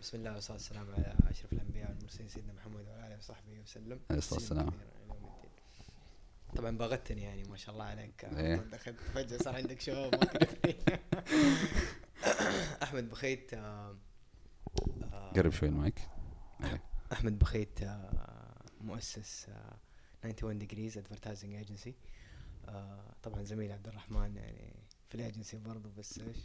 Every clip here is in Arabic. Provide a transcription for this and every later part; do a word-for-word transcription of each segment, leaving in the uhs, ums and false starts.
بسم الله والصلاة والسلام على أشرف الأنبياء والمرسلين سيدنا محمد وعلى آله وصحبه وسلم. عليه الصلاة والسلام. طبعا باغتني يعني ما شاء الله عليك. إيه. دخلت فجأة صار عندك شو ما كنت فيه. أحمد بخيت. آه، آه، قرب شوي المايك. أحمد بخيت، آه، مؤسس آه، واحد وتسعين degrees advertising agency. آه، طبعا زميل عبد الرحمن يعني في الاجنسي برضو بس ايش.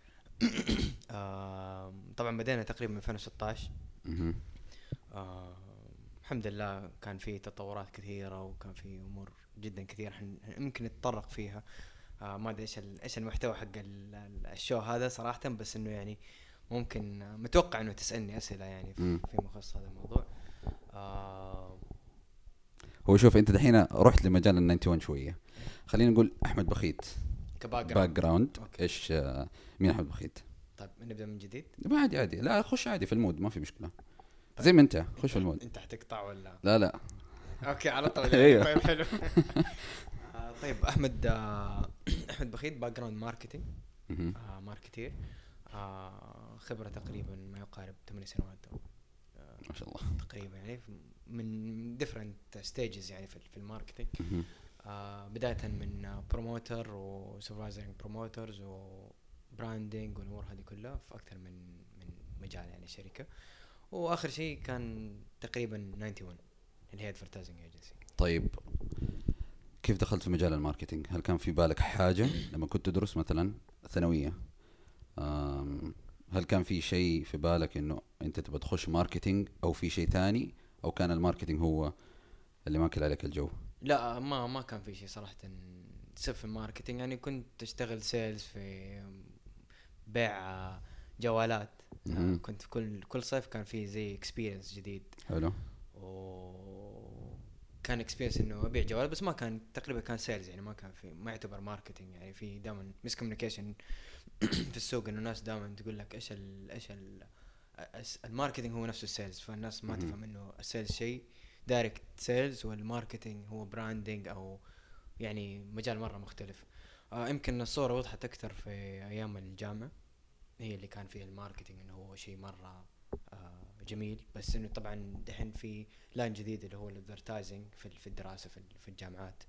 آه، طبعا بدينا تقريبا من ألفين وستة عشر. مهم. آه، الحمد لله كان في تطورات كثيرة وكان في أمور جدا كثيرة حن- يمكن نتطرق فيها. آه، ما أدري إيش ال- إيش المحتوى حق ال- ال- الشو هذا صراحة، بس إنه يعني ممكن آه، متوقع إنه تسألني أسئلة يعني في مم. فيما يخص هذا الموضوع. آه، هو شوف انت دحين رحت لمجال ال واحد وتسعين شويه. خلينا نقول احمد بخيت كباك باك جراوند. جراوند. أوكي. ايش آه، مين احمد بخيت؟ طيب نبدأ من جديد. ما عادي عادي، لا خش عادي في المود، ما في مشكله. زي ما انت خش في المود. أنت حتقطع ولا؟ لا لا. اوكي على طول. أيوه. طيب حلو. آه، طيب احمد، آه، احمد بخيت باك جراوند ماركتينج، مهم. آه، ماركتير. آه، خبره تقريبا ما يقارب ثمان سنوات أو، آه، ما شاء الله. تقريبا يعني في- من different stages يعني في في الماركتينج. مهم. آه، بدايه من بروموتر وسوبرفايزرنج بروموترز وبراندنج والامور هذه كلها في اكثر من من مجال يعني شركه. واخر شيء كان تقريبا واحد وتسعين اللي هي ادفرتايزنج ايجنسي. طيب كيف دخلت في مجال الماركتينج؟ هل كان في بالك حاجه لما كنت تدرس مثلا ثانويه؟ آم، هل كان في شيء في بالك انه انت تبغى تخش ماركتينج او في شيء ثاني، او كان الماركتينج هو اللي ماكل عليك الجو؟ لا، ما ما كان في شيء صراحة سب في الماركتينج. يعني كنت اشتغل سيلز في بيع جوالات. آه، مهم. كنت في كل كل صيف كان في زي اكسبيرينس جديد، حلو. وكان اكسبيرينس انه ابيع جوال، بس ما كان تقريبا كان سيلز يعني ما كان في ما يعتبر ماركتينج. يعني في دائما مس كوميونيكيشن في السوق، انه الناس دائما تقول لك ايش ال ايش ال الس- الماركتينج هو نفسه السيلز، فالناس ما مهم. تفهم انه السيلز شيء دايركت سيلز والماركتينج هو براندنج او يعني مجال مرة مختلف. آه يمكن الصورة وضحت أكثر في أيام الجامعة، هي اللي كان فيها الماركتينج إنه هو شيء مرة آه جميل. بس إنه طبعا دحين في لاين جديد اللي هو الادفرتايزنج في في الدراسة في في الجامعات.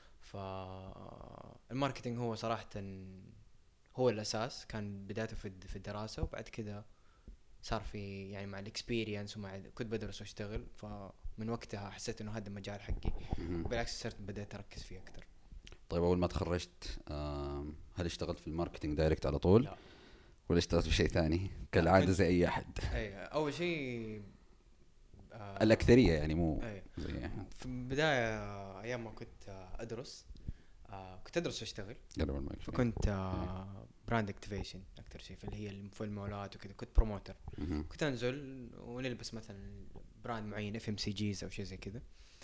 فالماركتينج هو صراحة هو الأساس، كان بدايته في الد- في الدراسة، وبعد كده صار في يعني مع الاكسبيرينس ومع كنت بدرس واشتغل، فمن وقتها حسيت إنه هذا المجال حقي. مهم. بالعكس صرت بدأت أركز فيه أكثر. طيب اول ما تخرجت آم، هل اشتغلت في الماركتينج دايركت على طول لا. ولا اشتغلت في شيء ثاني كالعاده كنت- زي اي احد؟ اي اول شيء، آه الاكثريه يعني مو اي زي أي أحد. في البدايه ايام ما كنت آه ادرس، آه كنت ادرس واشتغل. قرب المايك شوي. فكنت آه براند اكتيفيشن اكثر شيء، في اللي هي الم- في المولات وكذا. كنت بروموتر، مهم. كنت انزل ونلبس مثلا براند معين اف ام سي جيز او شيء زي كذا.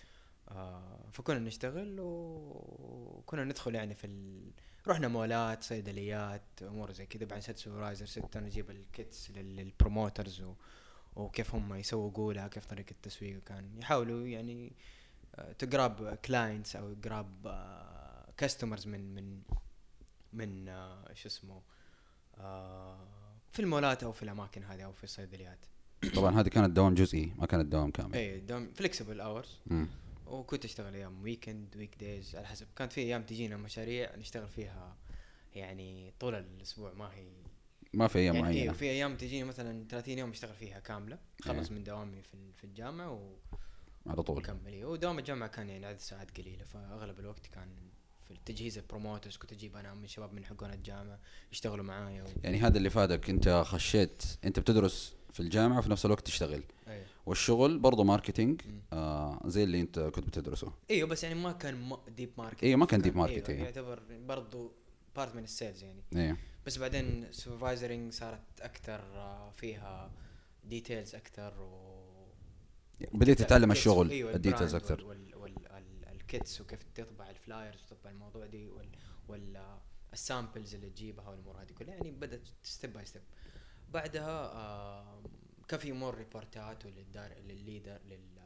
آه فكنا نشتغل وكنا ندخل يعني في ال... رحنا مولات، صيدليات، امور زي كذا. بعدين صرت سوبرايزر، صرت انا اجيب الكيتس لل- للبروموترز و... وكيف هم يسوقوا لها، كيف طريقة التسويق. كان يحاولوا يعني تجراب كلاينتس او جراب كاستمرز من من من آه، ايش اسمه، آه، في المولات او في الاماكن هذه او في الصيدليات. طبعا هذه كانت دوام جزئي ما كانت دوام كامل. اي دوم فليكسبل اورز. مم. وكنت اشتغل ايام ويكند ويك دايز على حسب. كانت في ايام تجينا مشاريع نشتغل فيها يعني طول الاسبوع، ما هي ما في ايام يعني ايه. معينه. في ايام تجيني مثلا ثلاثين يوم اشتغل فيها كامله، خلص إيه. من دوامي في ال- في الجامعه و على طول. وكمل. إيه. ودوام الجامعه كان يعني عدد ساعات قليله، فاغلب الوقت كان في التجهيز البروموترز. كنت اجيب انا من شباب من حقون الجامعه يشتغلوا معايا و... يعني هذا اللي فادك، انت خشيت انت بتدرس في الجامعه وفي نفس الوقت تشتغل، ايوه. والشغل برضه ماركتينج مم. آه زي اللي انت كنت بتدرسه. ايوه بس يعني ما كان ديب ماركت. ايوه ما كان deep market، أيوة أيوة. يعتبر برضو بارت من السيلز يعني. ايه. بس بعدين سوبرفايزرنج صارت اكثر، آه، فيها ديتيلز اكثر و بديت تتعلم الكيتس و- الشغل ايوه الديتيلز البراند اكثر. وال وال وال ال- الكيتس، وكيف تطبع الفلايرز وتطبع الموضوع دي وال وال السامبلز اللي تجيبها والامور هذه كلها. يعني بدات ستيب باي ستيب. بعدها آه كان في امور ريبورتات وللدار للليدر لل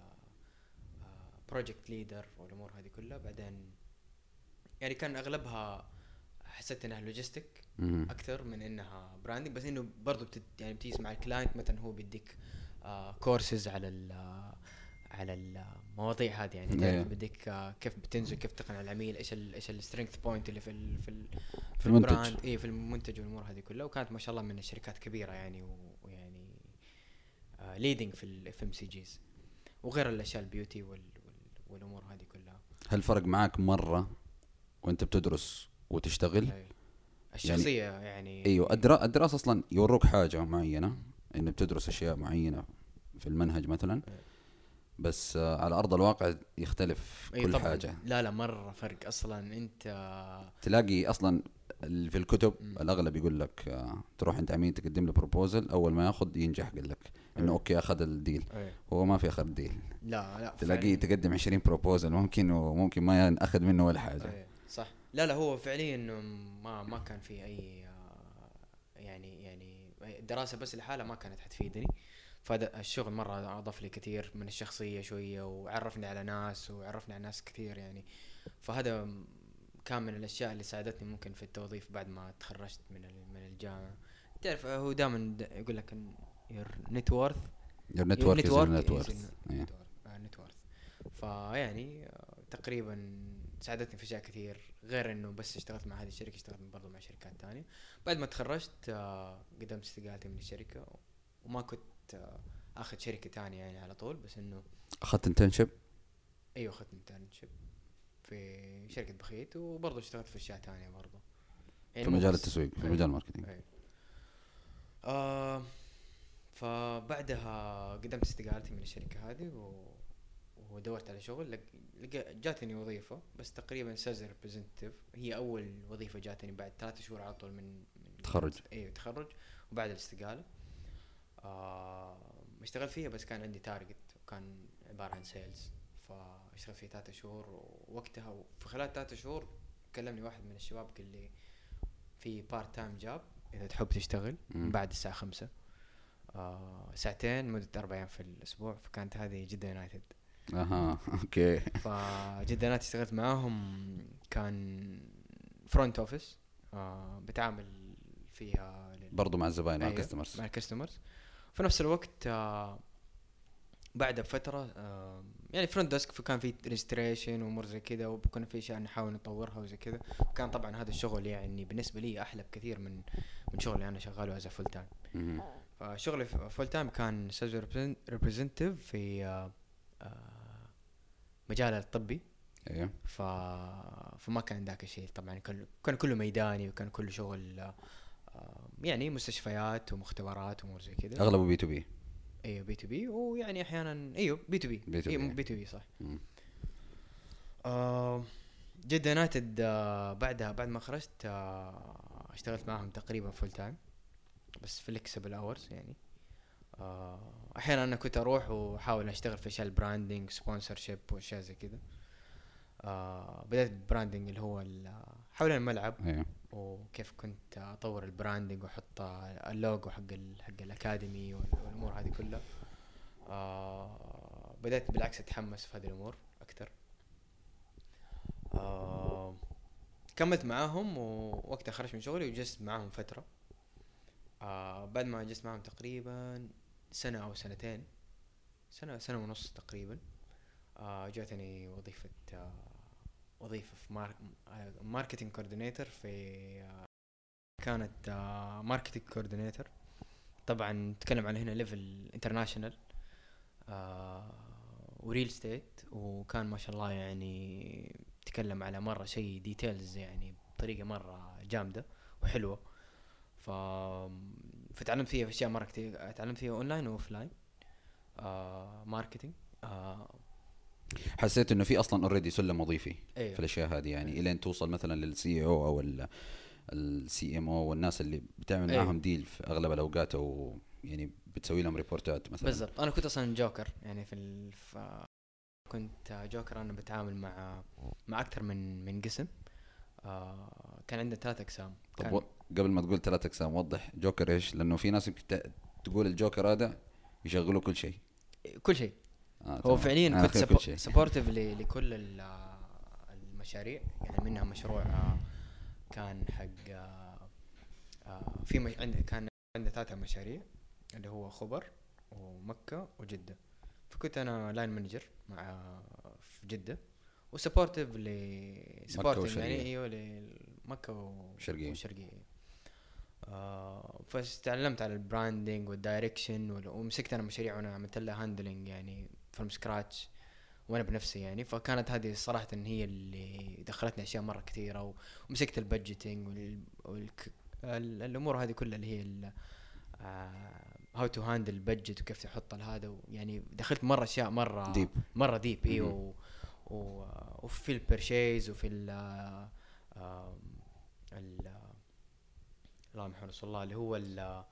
بروجكت ليدر والامور هذه كلها. بعدين يعني كان اغلبها حسيت انها لوجيستيك مهم. اكثر من انها براندنج، بس انه برضو بتت يعني بتيجي مع الكلاينت مثلا هو بيديك آه كورسز على ال على المواضيع هذه يعني أيوه. تعرف بديك آه كيف بتنزل كيف تقنع العميل ايش ال ايش السترينث بوينت اللي في ال في ال في المنتج. البراند اي في المنتج والامور هذه كلها. وكانت ما شاء الله من الشركات كبيره يعني و- ويعني آه ليدنج في الاف ام سي جيز وغير الاشياء البيوتي وال وال والامور هذه كلها. هل فرق معاك مرة وانت بتدرس وتشتغل؟ أي. الشخصيه يعني, يعني ايوه الدرا... الدراسة اصلا يوروك حاجة معينة انك بتدرس اشياء معينة في المنهج مثلا، بس آه على ارض الواقع يختلف أي كل طبعاً. حاجة. لا لا مرة فرق أصلاً. أنت تلاقي اصلا ال- في الكتب مم. الاغلب يقول لك آه تروح انت عميل تقدم له بروبوزل، اول ما ياخذ ينجح قال لك انه أي. اوكي اخذ الديل، أي. هو ما في اخذ ديل. لا لا تلاقيه فعلاً. تقدم عشرين بروبوزل ممكن وممكن ما ياخذ منه ولا حاجة. أي. صح. لا لا هو فعليا إنه ما ما كان في أي آه، يعني يعني الدراسة بس لحالها ما كانت حتفيدني. فهذا الشغل مرة أضاف لي كثير من الشخصية شوية وعرفني على ناس وعرفني على ناس كثير يعني. فهذا كان من الأشياء اللي ساعدتني ممكن في التوظيف بعد ما تخرجت من ال- من الجامعة. تعرف هو دائما يقول لك إن your net worth your network is your net is worth. your إيه. net worth. فيعني آه، تقريبا ساعدتني في أشياء كثير غير إنه بس اشتغلت مع هذه الشركة، اشتغلت برضو مع شركات تانية. بعد ما تخرجت آه، قدمت استقالتي من الشركة وما كنت آه، أخذ شركة تانية يعني على طول، بس إنه اخذت انترنشيب أيوة أخذت انترنشيب في شركة بخيت وبرضو اشتغلت في أشياء تانية برضو يعني في مو مجال بس- التسويق، في أيوة. مجال الماركتينج. أيوة. آه فبعدها قدمت استقالتي من الشركة هذه و... ودورت على شغل. لق... لق... جاتني وظيفة بس تقريبا سيلز ريبريزنتيف، هي أول وظيفة جاتني بعد ثلاثة شهور على طول من, من تخرج. أيوة تخرج وبعد الاستقالة. آه اشتغلت فيها بس كان عندي تارجت وكان عبارة عن سيلز، فاشتغلت فيها ثلاثة شهور. ووقتها وفي خلال ثلاثة شهور كلمني واحد من الشباب قال لي في بارت تايم جاب إذا تحب تشتغل مم. بعد الساعة خمسة آه ساعتين مدة أربع أيام في الأسبوع. فكانت هذه جدة يونايتد. اها اوكي. فجدة يونايتد اشتغلت معاهم كان فرونت اوفيس آه بتعامل فيها لل... برضو مع الزباين مع أيوة، الكاستمرز. مع الكاستمرز. في نفس الوقت آه بعدها بفترة آه يعني فرونت ديسك، فكان في ريجستريشن وامور زي كذا وكنا في اشياء نحاول نطورها وزي كذا. وكان طبعا هذا الشغل يعني بالنسبة لي احلى بكثير من من شغل اللي انا شغاله از فول تايم. مهم. فشغلي فول تايم كان سيلز ريبريزنتيف في آه آه مجال الطبي. ايوه ف... فما كان ذاك الشيء طبعا. كان كان كله ميداني وكان كله شغل آه يعني مستشفيات ومختبرات وامور زي كذا. اغلبه بي تو بي. ايوه بي تو بي ويعني احيانا ايوه بي تو بي بي تو بي. ايوه بي تو بي صح. مم. آه جدة يونايتد آه بعدها بعد ما خرجت آه اشتغلت معهم تقريبا فول تايم بس فليكسبل اورز يعني. آه احيانا انا كنت اروح واحاول اشتغل في اشياء البراندنج سبونسرشيب واشياء زي كذا. آه بدأت بالبراندنج اللي هو ال- حول الملعب ايوه وكيف كنت اطور البراندنج واحط اللوجو حق ال حق الاكاديمي والامور هذه كلها. آه بدأت بالعكس اتحمس في هذه الامور اكثر. آه كملت معاهم ووقتها خرجت من شغلي وجلست معاهم فترة. آه بعد ما جلست معاهم تقريبا سنة او سنتين، سنة سنة ونص تقريبا، آه جاتني وظيفة آه وظيفة في مار... ماركتينج كوردينيتور في آه كانت آه ماركتينج كوردينيتور. طبعا نتكلم عن هنا ليفل انترناشونال آه وريل ستيت. وكان ما شاء الله يعني تكلم على مرة شيء ديتيلز يعني بطريقة مرة جامدة وحلوة. ف فتعلمت فيها في اشياء مرة كتير، تعلمت فيها اونلاين واوفلاين آه ماركتينج. آه حسيت انه في اصلا اوريدي سلم وظيفي أيوه. في الاشياء هذه يعني أيوه. الين توصل مثلا للسي او او السي ام او والناس اللي بتعمل أيوه. معهم ديل في اغلب الاوقات او يعني بتسوي لهم ريبورتات مثلا. بالضبط. انا كنت اصلا جوكر يعني في الف... كنت جوكر. انا بتعامل مع مع اكثر من من قسم. آه كان عندنا ثلاث اقسام. طب و... قبل ما تقول ثلاث اقسام وضح جوكر ايش، لانه في ناس يمكن ت... تقول الجوكر هذا يشغلوا كل شيء. كل شيء. آه هو فعليا كنت سبو... سبورتيف ل... لكل ال... المشاريع يعني منها مشروع كان حق آه آه في مش... عند كان عندنا ثلاثة مشاريع اللي هو خبر ومكة وجدة. فكنت انا لاين مانجر مع في جدة، وسبورتيف ل سبورتنج يعني والشرقية. ايوه لمكة و- شرقية. والشرقية. آه فتعلمت على البراندنج والدايركشن وال- ومسكت انا مشاريع وانا عملت لها هاندلنج يعني فروم سكراتش وانا بنفسي يعني. فكانت هذه صراحة هي اللي دخلتني اشياء مرة كثيرة، و- ومسكت البادجيتنج وال... والك... ال- الامور هذه كلها اللي هي هاو تو هاندل بادجت وكيف تحط هذا، يعني دخلت مرة اشياء مرة ديب. مرة ديب مهم. ايوه. و... و... وفي البرشيز وفي ال آم، ال اللهم صل على رسول الله اللي هو ال آه،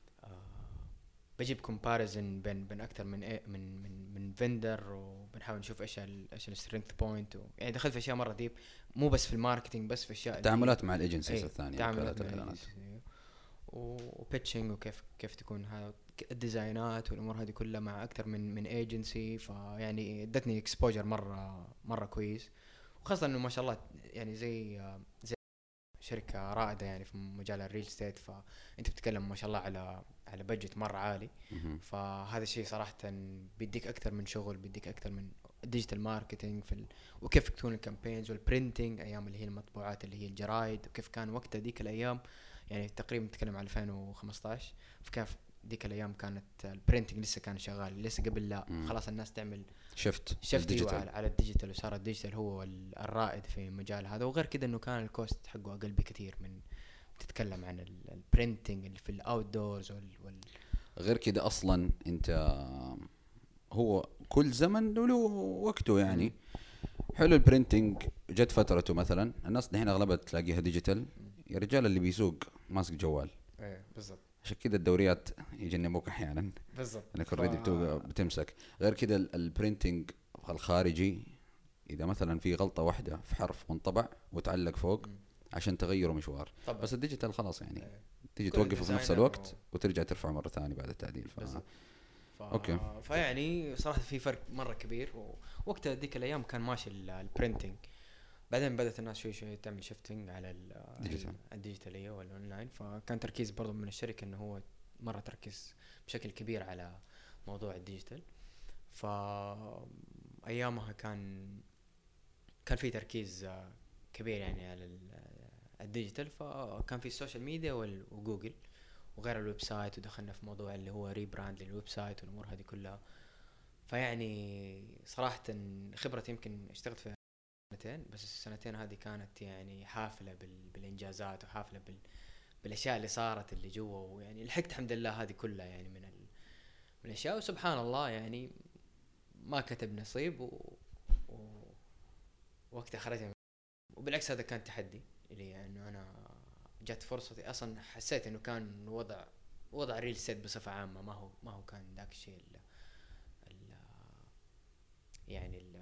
بجيب كومباريزن بين بين اكثر من إيه من من من فيندر، وبنحاول نشوف ايش ال ايش السترينث بوينت، يعني دخلت في اشياء مره ديب، مو بس في الماركتينج بس في اشياء اللي هي- تعاملات مع الايجنسيز أي، الثانية، تعاملات وكالات مع الاعلانات. الأجهزة. وبيتشنج وكيف كيف تكون هذا الديزاينات والامور هذه كلها مع اكثر من من ايجنسي. فيعني ادتني اكسبوجر مره مره كويس، وخاصه انه ما شاء الله يعني زي زي شركه رائده يعني في مجال الريل ستيت، فانت بتتكلم ما شاء الله على على بجت مره عالي. مهم. فهذا الشيء صراحه بيديك اكثر من شغل، بيديك اكثر من ديجيتال ماركتينج في ال... وكيف تكون الكامبينز والبرينتينج ايام اللي هي المطبوعات اللي هي الجرايد، وكيف كان وقتها ذيك الايام يعني تقريبا نتكلم على ألفين وخمسطعش. فكيف ديك الايام كانت البرينتينج لسه كان شغال، لسه قبل لا مم. خلاص الناس تعمل شفت شفت الديجيتال. على, على الديجيتال، وصار الديجيتال هو ال- الرائد في مجال هذا. وغير كده انه كان الكوست حقه اقل بكثير من تتكلم عن البرينتينج اللي في الاوت دورز وال, وال غير كده اصلا انت هو كل زمن له وقته يعني. حلو البرينتينج جت فترته، مثلا الناس الحين اغلبها تلاقيها ديجيتال، يا رجال اللي بيسوق ماسك جوال. ايه بالضبط عشان كده الدوريات يجنبوك احيانا بالضبط. انك اوريدي بتمسك. غير كده ال- البرينتينج الخارجي اذا مثلا في غلطه واحده في حرف وانطبع وتعلق فوق مم. عشان تغيره مشوار. طبعا بس الديجيتال خلاص يعني إيه. تيجي كل توقفه في نفس الديزاينر الوقت و- وترجع ترفعه مره ثانيه بعد التعديل. ف... بالضبط. ف... أوكي. فيعني صراحة في فرق مرة كبير. ووقتها ذيك الأيام كان ماشي ال- البرينتينج، بعدين بدأت الناس شوي شوي تعمل شيفتنج على ال- ديجيتال. الديجيتالية والأونلاين. فكان تركيز برضو من الشركة إنه هو مرة تركيز بشكل كبير على موضوع الديجيتال. فأيامها كان كان في تركيز آه، كبير يعني على ال- الديجيتال. فكان في السوشيال ميديا وال- وجوجل وغير الويب سايت، ودخلنا في موضوع اللي هو ريبراند للويب سايت والامور هذه كلها. فيعني صراحة خبرتي يمكن اشتغلت في سنتين بس، السنتين هذه كانت يعني حافلة بال... بالانجازات، وحافلة بال... بالاشياء اللي صارت اللي جوا، ويعني لحقت الحمد لله هذه كلها يعني من ال... من الاشياء. وسبحان الله يعني ما كتب نصيب و... و... وقتها خرجنا. وبالعكس هذا كان تحدي لي يعني، انه انا جات فرصتي. اصلا حسيت انه كان وضع وضع ريل ستيت بصفة عامة ما هو ما هو كان ذاك الشيء ال ال يعني ال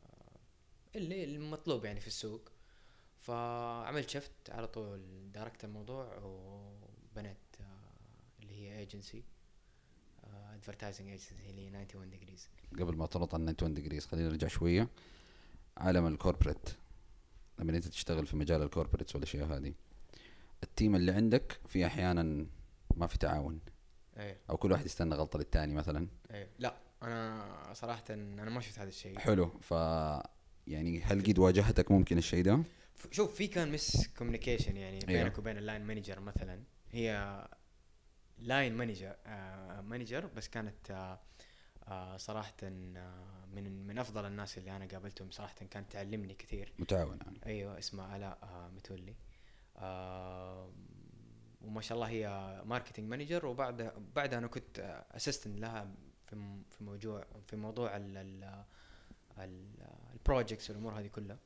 اللي المطلوب يعني في السوق. فعملت شفت على طول، داركت الموضوع وبنيت آه، اللي هي ايجنسي ادفرتايزنج ايجنسي اللي هي واحد وتسعين ديجريز. قبل ما تنط عن واحد وتسعين ديجريز خلينا نرجع شويه عالم الكوربريت. لما انت تشتغل في مجال الكوربريتس والاشياء هذه، التيم اللي عندك في احيانا ما في تعاون، ايه او كل واحد يستنى غلطه للثاني مثلا. ايه لا انا صراحة انا ما شفت هذا الشيء. حلو. ف يعني هل قد واجهتك ممكن الشيء ده؟ ف- شوف في كان مس كوميونيكيشن يعني أيوه. بينك وبين اللاين مانجر مثلا. هي لاين مانجر آه مانجر بس كانت آه آه صراحة آه من من افضل الناس اللي انا قابلتهم صراحة، كانت تعلمني كثير. متعاون يعني. ايوه اسمها علاء آه متولي. آه وما شاء الله هي ماركتينج مانجر، وبعد بعد انا كنت اسيستنت لها في م- في موضوع في موضوع ال ال البروجكتس والامور هذه كلها.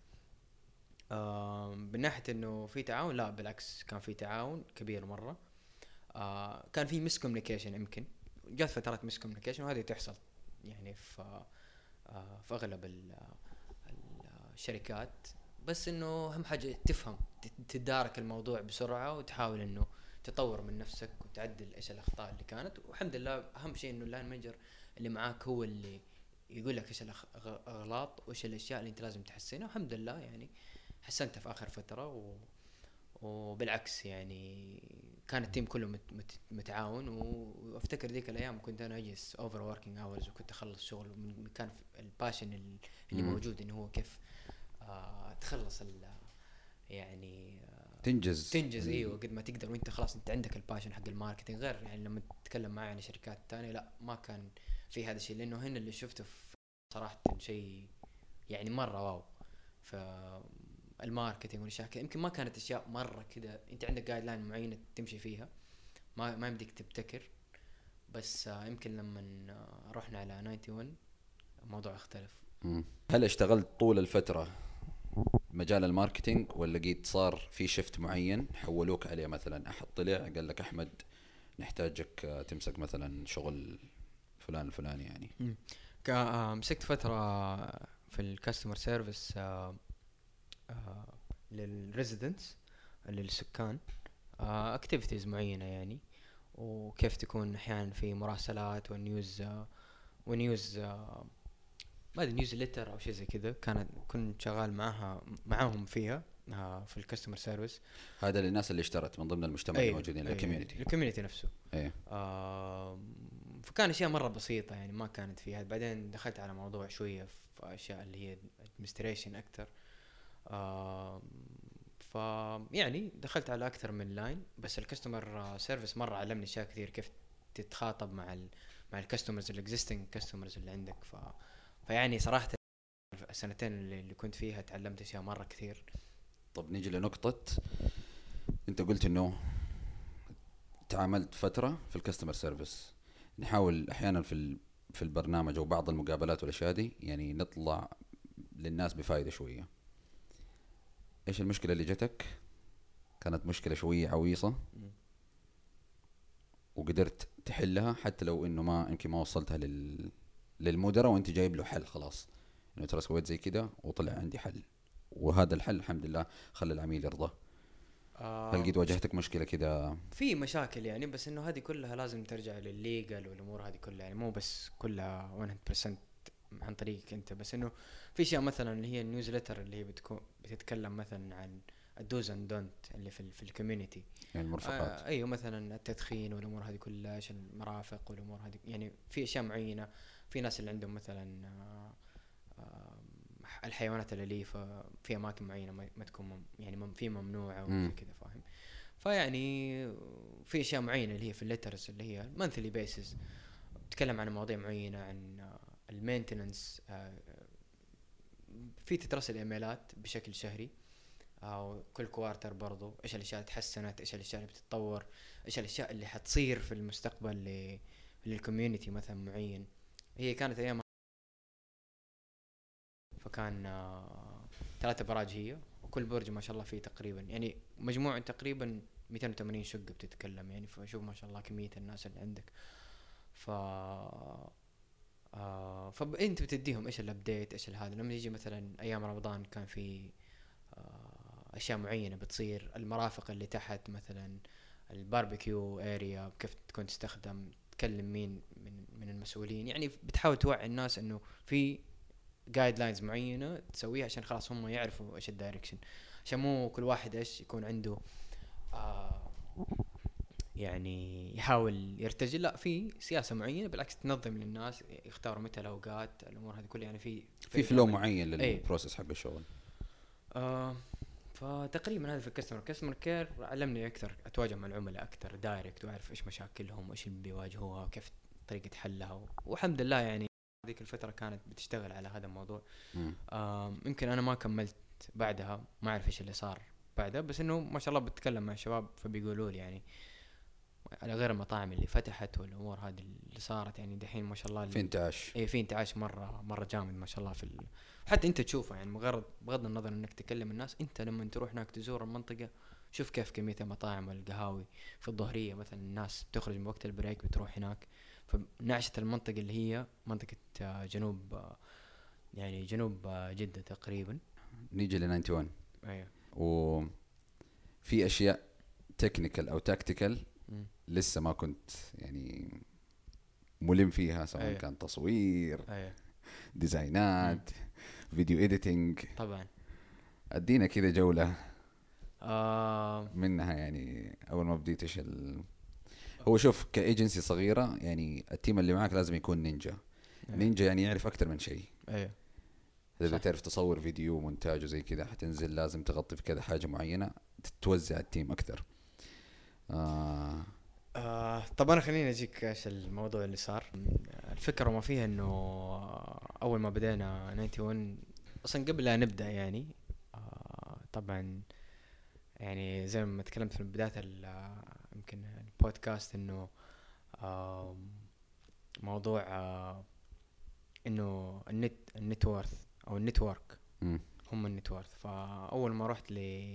آه من ناحيه انه في تعاون، لا بالعكس كان في تعاون كبير مره. آه كان في مس كوميونيكيشن، يمكن جات فترات مس كوميونيكيشن وهذه تحصل يعني في آه في اغلب ال- ال- الشركات. بس انه اهم حاجه تفهم ت- تدارك الموضوع بسرعه، وتحاول انه تطور من نفسك وتعدل ايش الاخطاء اللي كانت. والحمد لله اهم شيء انه اللاين مانجر اللي معاك هو اللي يقول لك ايش الاغلاط وايش الاشياء اللي انت لازم تحسنها. والحمد لله يعني حسنتها في اخر فتره و... وبالعكس يعني كان التيم كله مت مت متعاون. وافتكر ذيك الايام كنت انا اجلس اوفر وركينج اورز وكنت اخلص شغل، من كان الباشن اللي مم. موجود انه هو كيف آه تخلص ال يعني آه تنجز تنجز ال- ايوه قد ما تقدر، وانت خلاص انت عندك الباشن حق الماركتينج. غير يعني لما تتكلم معي عن شركات تانية لا ما كان في هذا الشيء، لانه هنا اللي شفته في صراحة شيء يعني مرة واو. فالماركتينج والاشياء كده يمكن ما كانت اشياء مرة كده انت عندك جايد لاين معينة تمشي فيها، ما ما يمديك تبتكر. بس آه يمكن لما آه رحنا على واحد وتسعين الموضوع اختلف. مم. هل اشتغلت طول الفترة مجال الماركتينج، ولا لقيت صار في شفت معين حولوك عليه؟ مثلا احد طلع قال لك احمد نحتاجك آه، تمسك مثلا شغل فلان الفلاني يعني. مم. كا- آه، مسكت فترة في الكاستمر سيرفيس للريزيدنتس للسكان، اكتيفيتيز معينة يعني، وكيف تكون احيانا في مراسلات والنيوز آه، ونيوز آه، ما ادري نيوز ليتر او شيء زي كذا. كانت كنت شغال معها معاهم فيها آه، في الكاستمر سيرفيس. هذا للناس اللي اشترت من ضمن المجتمع اللي موجودين الكوميونتي. الكوميونتي نفسه. ايه. آه فكان اشياء مره بسيطه يعني ما كانت فيها. بعدين دخلت على موضوع شويه في اشياء اللي هي ادمنستريشن اكثر. آه ف يعني دخلت على اكثر من لاين. بس الكاستمر سيرفيس مره علمني اشياء كثير، كيف تتخاطب مع ال مع الكاستمرز الاكزيستنج كاستمرز اللي عندك. ف فيعني صراحه السنتين اللي, اللي كنت فيها تعلمت اشياء مره كثير. طب نيجي لنقطة، انت قلت انه تعاملت فترة في الكاستمر سيرفيس. نحاول احيانا في ال- في البرنامج او بعض المقابلات والاشياء دي يعني نطلع للناس بفائدة شوية. ايش المشكلة اللي جتك؟ كانت مشكلة شوية عويصة م. وقدرت تحلها، حتى لو انه ما يمكن ما وصلتها لل للمدراء وانت جايب له حل خلاص، انه ترى سويت زي كده وطلع عندي حل، وهذا الحل الحمد لله خلى العميل يرضى. هل آه قد واجهتك مشكلة كده؟ في مشاكل يعني، بس انه هذه كلها لازم ترجع للليجل والامور هذه كلها يعني، مو بس كلها مية بالمية عن طريقك انت. بس انه في اشياء مثلا اللي هي النيوزلتر اللي هي بتكون بتتكلم مثلا عن الدوز اند دونت اللي في ال في الكوميونتي. يعني المرفقات. آه ايوه مثلا التدخين والامور هذه كلها، ايش المرافق والامور هذه يعني. في اشياء معينه، في ناس اللي عندهم مثلا آه آه الحيوانات الاليفه في اماكن معينه ما ما تكون مم يعني مم في ممنوعه مم. وزي كذا فاهم. فيعني في اشياء معينه اللي هي في الليترز اللي هي مانثلي بيسز تتكلم عن مواضيع معينه، عن المينتننس. في تترسل ايميلات بشكل شهري او كل كوارتر برضو، ايش الاشياء اللي تحسنت، ايش الاشياء اللي بتتطور، ايش الاشياء اللي حتصير في المستقبل ل للكوميونتي مثلا معين. هي كانت ايام فكان آه ثلاثة براج هي، وكل برج ما شاء الله فيه تقريبا يعني مجموع تقريبا مئتين وثمانين شقة بتتكلم يعني. فشوف ما شاء الله كمية الناس اللي عندك. ف آه فانت بتديهم ايش الابديت ايش هذا. لما يجي مثلا ايام رمضان كان في آه اشياء معينة بتصير، المرافق اللي تحت مثلا الباربيكيو اريا كيف تكون تستخدم، تكلم مين من من المسؤولين يعني. بتحاول توعي الناس انه في جايد لاينز معينه تسويها عشان خلاص هم يعرفوا ايش الدايركشن، عشان مو كل واحد ايش يكون عنده آه يعني يحاول يرتجل. لا في سياسه معينه بالعكس تنظم للناس يختاروا متى الاوقات الامور هذه كلها يعني. في في فلو معين للبروسيس حق الشغل. آه فتقريبا هذا في الكاستمر كاستمر كير علمني اكثر اتواجه مع العملاء اكثر دايركت، واعرف ايش مشاكلهم وايش اللي بيواجهوها وكيف طريقه حلها. والحمد لله يعني هذيك الفتره كانت بتشتغل على هذا الموضوع. آه يمكن انا ما كملت بعدها، ما اعرف ايش اللي صار بعدها. بس انه ما شاء الله بتكلم مع الشباب فبيقولوا لي يعني على غير المطاعم اللي فتحت والامور هذه اللي صارت يعني دحين ما شاء الله في انتعاش. ايه في انتعاش مره مره جامد ما شاء الله في ال... حتى انت تشوفه يعني مجرد بغض النظر انك تكلم الناس، انت لما تروح هناك تزور المنطقه شوف كيف كميه المطاعم والقهاوي في الظهريه مثلا. الناس بتخرج من وقت البريك بتروح هناك. فنعشت المنطقه اللي هي منطقه جنوب يعني جنوب جده تقريبا. نيجي ل واحد وتسعين. ايوه. وفي اشياء تكنيكال او تاكتيكال لسه ما كنت يعني ملم فيها، سواء أيه. كان تصوير أيه. ديزاينات مم. فيديو إيديتينج. طبعا ادينا كذا جولة آه منها يعني اول ما بديت ايش ال... هو شوف كايجنسي صغيره يعني التيم اللي معك لازم يكون نينجا. إيه. نينجا يعني يعرف اكثر من شيء. ايوه اذا صح. بتعرف تصور فيديو مونتاج وزي كذا حتنزل لازم تغطي في كذا حاجه معينه تتوزع التيم اكثر. آه آه طب انا خليني اجيك ايش الموضوع اللي صار. الفكره ما فيها انه اول ما بدينا واحد وتسعين اصلا قبل لا نبدا يعني آه طبعا يعني زي ما تكلمت في بدايه ال- يمكن البودكاست انه آه موضوع آه انه النت النتورث او النتورك مم. هم النتورث. فاول ما رحت ل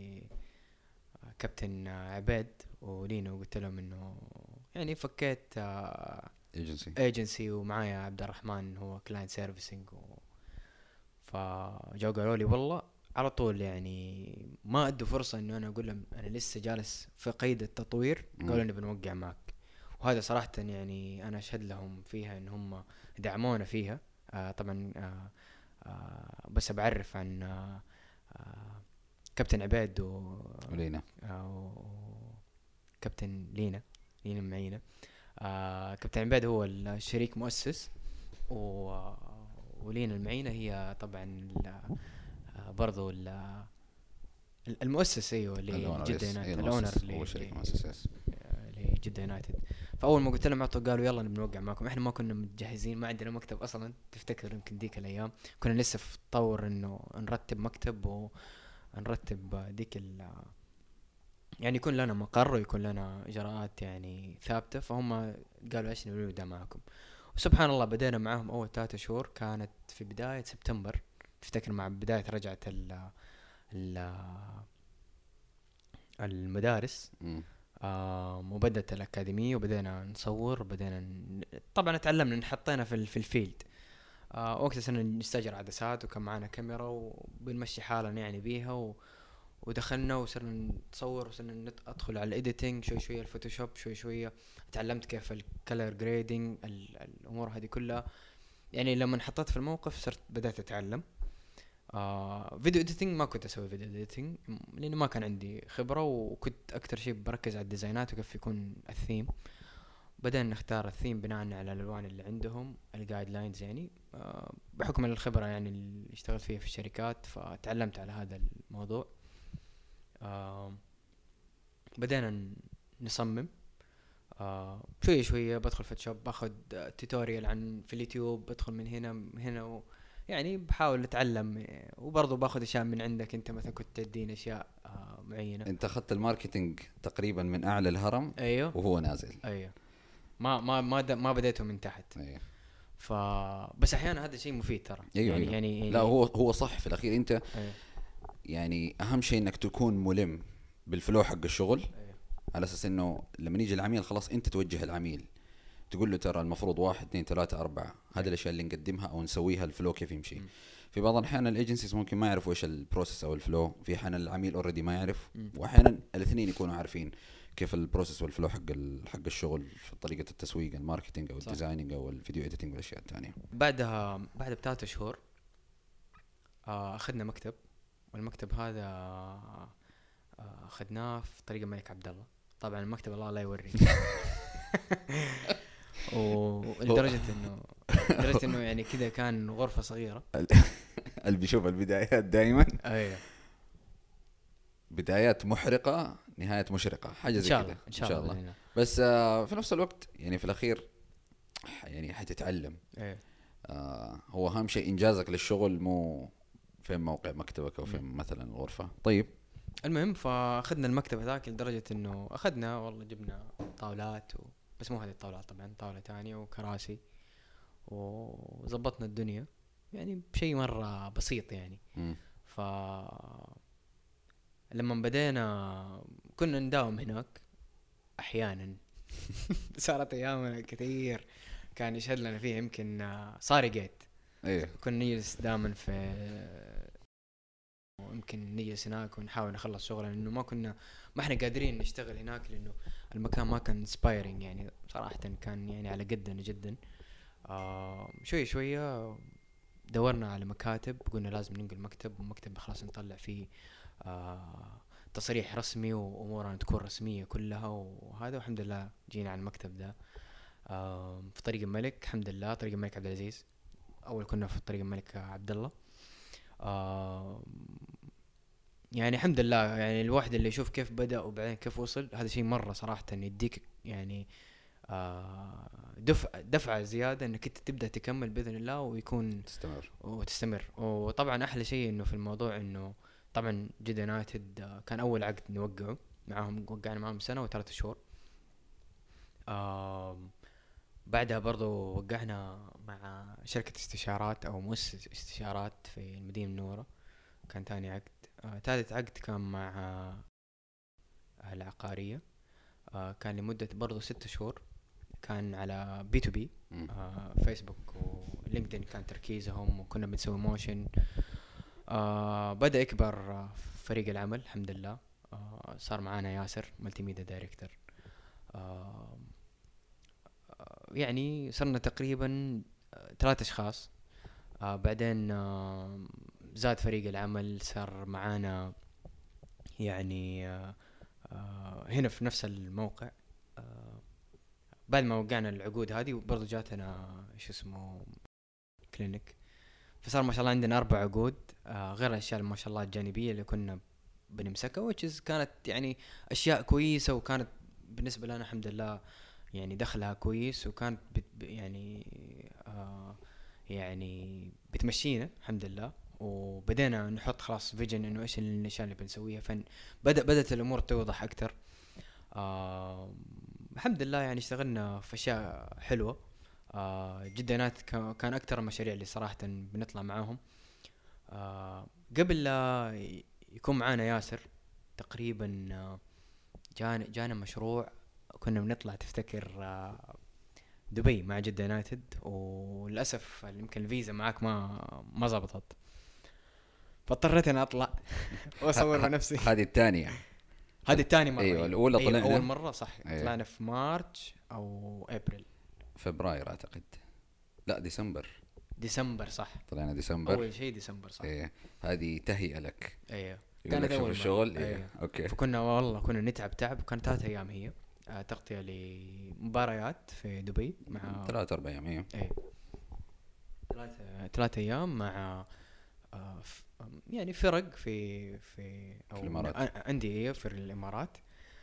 كابتن عبيد ولينا وقلت لهم انه يعني فكيت ايجنسي. ايجنسي ومعايا عبد الرحمن هو كلاينت سيرفيسنج و... فجاوا قالوا لي والله على طول يعني ما ادوا فرصه انه انا اقول لهم انا لسه جالس في قيد التطوير، قالوا لي بنوقع معك. وهذا صراحه يعني انا اشهد لهم فيها ان هم دعمونا فيها. آه طبعا آه آه بس بعرف عن آه آه كابتن عبيد و ولينا. آه وكابتن لينا لينا معينا. آه كابتن عبيد هو الشريك مؤسس و... ولينا المعينة هي طبعا ال... آه برضو ال... المؤسس ايوه لجدة يونايتد الاونر هو شريك مؤسس لجدة يونايتد. فاول ما قلت لهم عطوا قالوا يلا بنوقع معكم. احنا ما كنا متجهزين، ما عندنا مكتب اصلا. تفتكر يمكن ديك الايام كنا لسه في طور انه نرتب مكتب ونرتب ديك ال يعني يكون لنا مقر ويكون لنا اجراءات يعني ثابته. فهم قالوا ايش نبدا معكم. وسبحان الله بدينا معهم اول ثلاثة شهور كانت في بدايه سبتمبر. تفتكر مع بدايه رجعه ال ال المدارس آه وبدت الأكاديمية وبدينا نصور وبدينا ن... طبعا تعلمنا نحطينا في ال... في الفيلد. آه وقتها صرنا نستأجر عدسات وكان معنا كاميرا وبنمشي حالنا يعني بيها و... ودخلنا وصرنا نصور وصرنا نت... ادخل على الايديتنج شوي شوي، الفوتوشوب شوي شوي. تعلمت كيف الكلر جريدنج ال... الامور هذه كلها. يعني لما انحطيت في الموقف صرت بدأت اتعلم. آه فيديو اديتنج ما كنت اسوي فيديو اديتنج لانه ما كان عندي خبره، وكنت اكتر شيء بركز على الديزاينات وكيف يكون الثيم. بدأنا نختار الثيم بناء على الالوان اللي عندهم الجايد لاينز يعني آه بحكم الخبره يعني اللي اشتغلت فيها في الشركات. فتعلمت على هذا الموضوع. آه بدأنا نصمم آه شوية شوية. بدخل فوتوشوب باخذ توتوريال عن في اليوتيوب، بدخل من هنا من هنا و يعني بحاول اتعلم. وبرضه باخذ اشياء من عندك انت، مثلا كنت تدين اشياء آه معينه. انت اخذت الماركتينج تقريبا من اعلى الهرم. ايوه وهو نازل. ايوه ما ما ما د- ما بديته من تحت. ايوه. ف بس احيانا هذا شيء مفيد ترى. أيوة يعني, أيوة. يعني لا هو هو صح في الاخير. انت أيوة. يعني اهم شيء انك تكون ملم بالفلو حق الشغل. أيوة. على اساس انه لما يجي العميل خلاص انت توجه العميل تقول له ترى المفروض واحد اثنين ثلاثة أربعة هذه الأشياء اللي نقدمها أو نسويها الفلو كيف يمشي. م. في بعض الأحيان الإيجنسيز ممكن ما يعرفوا إيش البروسيس أو الفلو، في أحيان العميل أوريدي ما يعرف، م. وأحيانا الاثنين يكونوا عارفين كيف البروسيس والفلو حق حق الشغل في طريقة التسويق الماركتينج أو الديزايننج أو الفيديو إديتنج والأشياء الثانية. بعدها بعد بثلاثة شهور آه أخذنا مكتب، والمكتب هذا آه أخذناه في طريق الملك عبد الله. طبعا المكتب الله لا يوري. ولدرجة انه لدرجة انه يعني كذا كان غرفة صغيرة. اللي بيشوف البدايات دائما ايوه بدايات محرقة نهاية مشرقة، حاجة زي كذا ان, إن شاء الله, الله. بس آه في نفس الوقت يعني في الأخير يعني حتتعلم. ايه. آه هو أهم شيء إنجازك للشغل، مو فين موقع مكتبك أو فين م. مثلا الغرفة. طيب المهم فأخذنا المكتب هذاك لدرجة انه أخذنا والله جبنا طاولات و... بس مو هذه الطاولات طبعا، طاولة تانية وكراسي وزبطنا الدنيا يعني بشيء مرة بسيط يعني. م. ف لما بدينا كنا نداوم هناك احيانا. صارت ايامنا كثير كان يشهد لنا فيه يمكن صاري جيت. ايه كنا نجلس دائما في ويمكن نجلس هناك ونحاول نخلص شغلنا لانه ما كنا ما احنا قادرين نشتغل هناك لانه المكان ما كان انسبايرنج يعني صراحة. كان يعني على قدنا جدا. آه شوية شوية دورنا على مكاتب، قلنا لازم ننقل مكتب ومكتب خلاص نطلع فيه آه تصريح رسمي وامورنا تكون رسميه كلها وهذا، والحمد لله جينا على المكتب ده. آه في طريق الملك، الحمد لله طريق الملك عبد العزيز. اول كنا في طريق الملك عبد الله. آه يعني الحمد لله، يعني الواحد اللي يشوف كيف بدأ وبعدين كيف وصل، هذا شيء مرة صراحة يديك يعني آه دفع دفعة زيادة انك انت تبدأ تكمل بإذن الله ويكون تستمر وتستمر. وطبعا احلى شيء انه في الموضوع انه طبعا جد يونايتد آه كان اول عقد نوقعه معاهم، وقعنا معاهم سنة وثلاثة شهور. آه بعدها برضو وقعنا مع شركة استشارات او مؤسسة استشارات في المدينة المنورة، كان ثاني عقد. آه، ثالث عقد كان مع آه، العقارية، آه، كان لمدة برضو ست شهور، كان على بي تو بي، آه، فيسبوك ولينكدين كان تركيزهم، وكنا بنسوي موشن. آه، بدأ يكبر آه، فريق العمل الحمد لله. آه، صار معانا ياسر ملتي ميديا دايركتور. آه، آه، يعني صرنا تقريبا آه، ثلاثة اشخاص. آه، بعدين آه، زاد فريق العمل، صار معانا يعني آه آه هنا في نفس الموقع. آه بعد ما وقعنا العقود هذه برضو جاتنا ايش اسمه كلينيك، فصار ما شاء الله عندنا اربع عقود، آه غير الاشياء ما شاء الله الجانبيه اللي كنا بنمسكها، which كانت يعني اشياء كويسه، وكانت بالنسبه لنا الحمد لله يعني دخلها كويس، وكانت بت يعني آه يعني بتمشينا الحمد لله. وبدينا نحط خلاص فيجن انه ايش الاشياء اللي بنسويها، فبدأ بدأت الامور توضح اكثر. آه الحمد لله يعني اشتغلنا في اشياء حلوه. آه جدا كان اكثر المشاريع اللي صراحه بنطلع معاهم. آه قبل لا يكون معانا ياسر تقريبا آه جانا جانا مشروع، كنا بنطلع تفتكر آه دبي مع جدة يونايتد، وللاسف يمكن الفيزا معاك ما ما زبطت، فاضطريت انا اطلع واصور بنفسي. هذه الثانية هذه الثاني مرة. ايوه الاولى أيوة طلعنا اول مرة صح. أيوة. طلعنا في مارتش او ابريل، فبراير اعتقد، لا ديسمبر. ديسمبر صح، طلعنا ديسمبر اول شيء ديسمبر صح. ايه هذه تهيئة لك. ايوه كانت كانت اول الشغل مرة. إيه. أيوة. اوكي. فكنا والله كنا نتعب تعب، وكان ثلاث ايام هي آه تغطية لمباريات في دبي مع ثلاث اربع ايام ايه ايه ثلاث ثلاث ايام مع آه يعني فرق في في او في الإمارات. أندية في الامارات.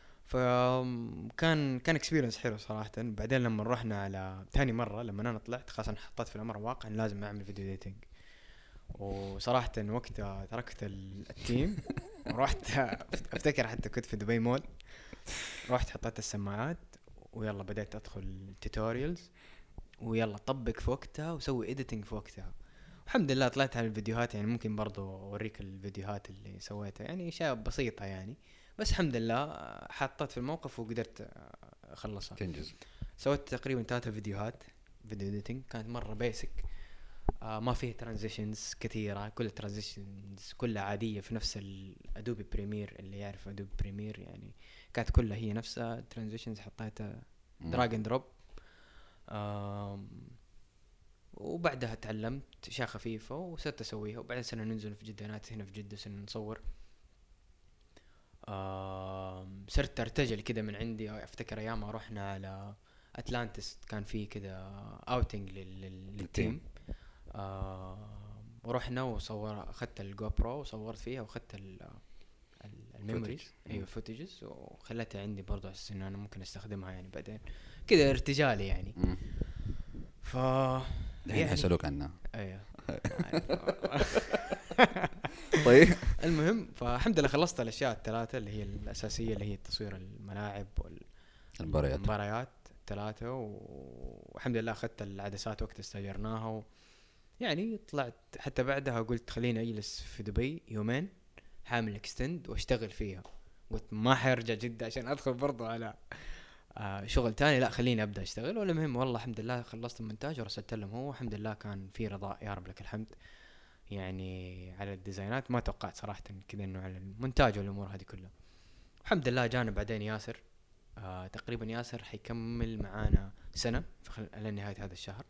فكان كان اكسبيرينس حلو صراحه. بعدين لما رحنا على ثاني مره، لما انا طلعت خلاص انا حطيت في الامر الواقع ان لازم اعمل فيديو ديتنج، وصراحه وقتها تركت التيم ورحت افتكر حتى كنت في دبي مول، رحت حطيت السماعات ويلا بدأت ادخل توتوريالز، ويلا طبق في وقتها وسوي اديتنج في وقتها. الحمد لله طلعت على الفيديوهات، يعني ممكن برضو اوريك الفيديوهات اللي سويتها، يعني اشياء بسيطه يعني، بس الحمد لله حطيت في الموقف وقدرت اخلصها تنجز. سويت تقريبا ثلاثة فيديوهات فيديو اديتنج، كانت مره بيسك، آه ما فيه ترانزيشنز كثيره، كل الترانزيشنز كلها عاديه في نفس الادوبي بريمير، اللي يعرف ادوبي بريمير يعني كانت كلها هي نفسها ترانزيشنز، حطيتها دراج اند دروب. وبعدها تعلمت اشياء خفيفه وصرت اسويها، وبعدين صرنا ننزل في جده نات هنا في جده صرنا نصور. صرت ارتجل كده من عندي، افتكر ايام رحنا على اتلانتس كان في كده اوتنج للتيم، ورحنا وصور، اخذت الجو برو وصورت فيها واخذت الميموريز ايوه فوتجز، وخليتها عندي برضه على اساس انه انا ممكن استخدمها يعني بعدين كده ارتجالي يعني. ف الحين حيسألوك عنها. ايوه طيب المهم فالحمد لله خلصت الاشياء الثلاثه اللي هي الاساسيه، اللي هي تصوير الملاعب والمباريات المباريات الثلاثه، والحمد لله اخذت العدسات وقت استاجرناها و... يعني طلعت حتى بعدها قلت خليني اجلس في دبي يومين حامل اكستند واشتغل فيها، قلت ما حيرجع جدة عشان ادخل برضو على آه شغل تاني، لا خليني ابدا اشتغل. والمهم والله الحمد لله خلصت المونتاج ورسلت لهم، هو الحمد لله كان في رضاء يا رب لك الحمد يعني على الديزاينات، ما توقعت صراحه كذا انه على المونتاج والامور هذه كلها. الحمد لله جانا بعدين ياسر، آه تقريبا ياسر حيكمل معانا سنه على نهايه هذا الشهر.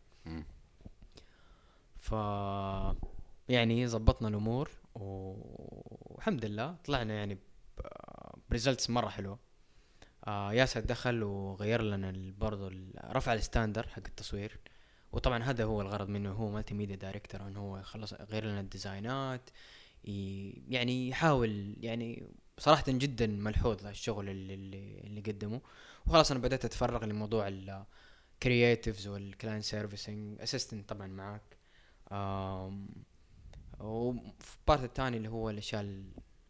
ف يعني زبطنا الامور والحمد لله طلعنا يعني بريزلتس مره حلوه. آه ياسر دخل وغير لنا برضه رفع الستاندر حق التصوير، وطبعا هذا هو الغرض منه، هو مالتي ميديا دايركتور، انه هو خلص غير لنا الديزاينات، يعني يحاول يعني صراحة جدا ملحوظ الشغل اللي اللي, اللي قدمه. وخلاص انا بدأت اتفرغ لموضوع الكرياتيفز والكلاين سيرفيسنج اسيستنت طبعا معك. آم وفي بارت الثاني اللي هو الاشياء ال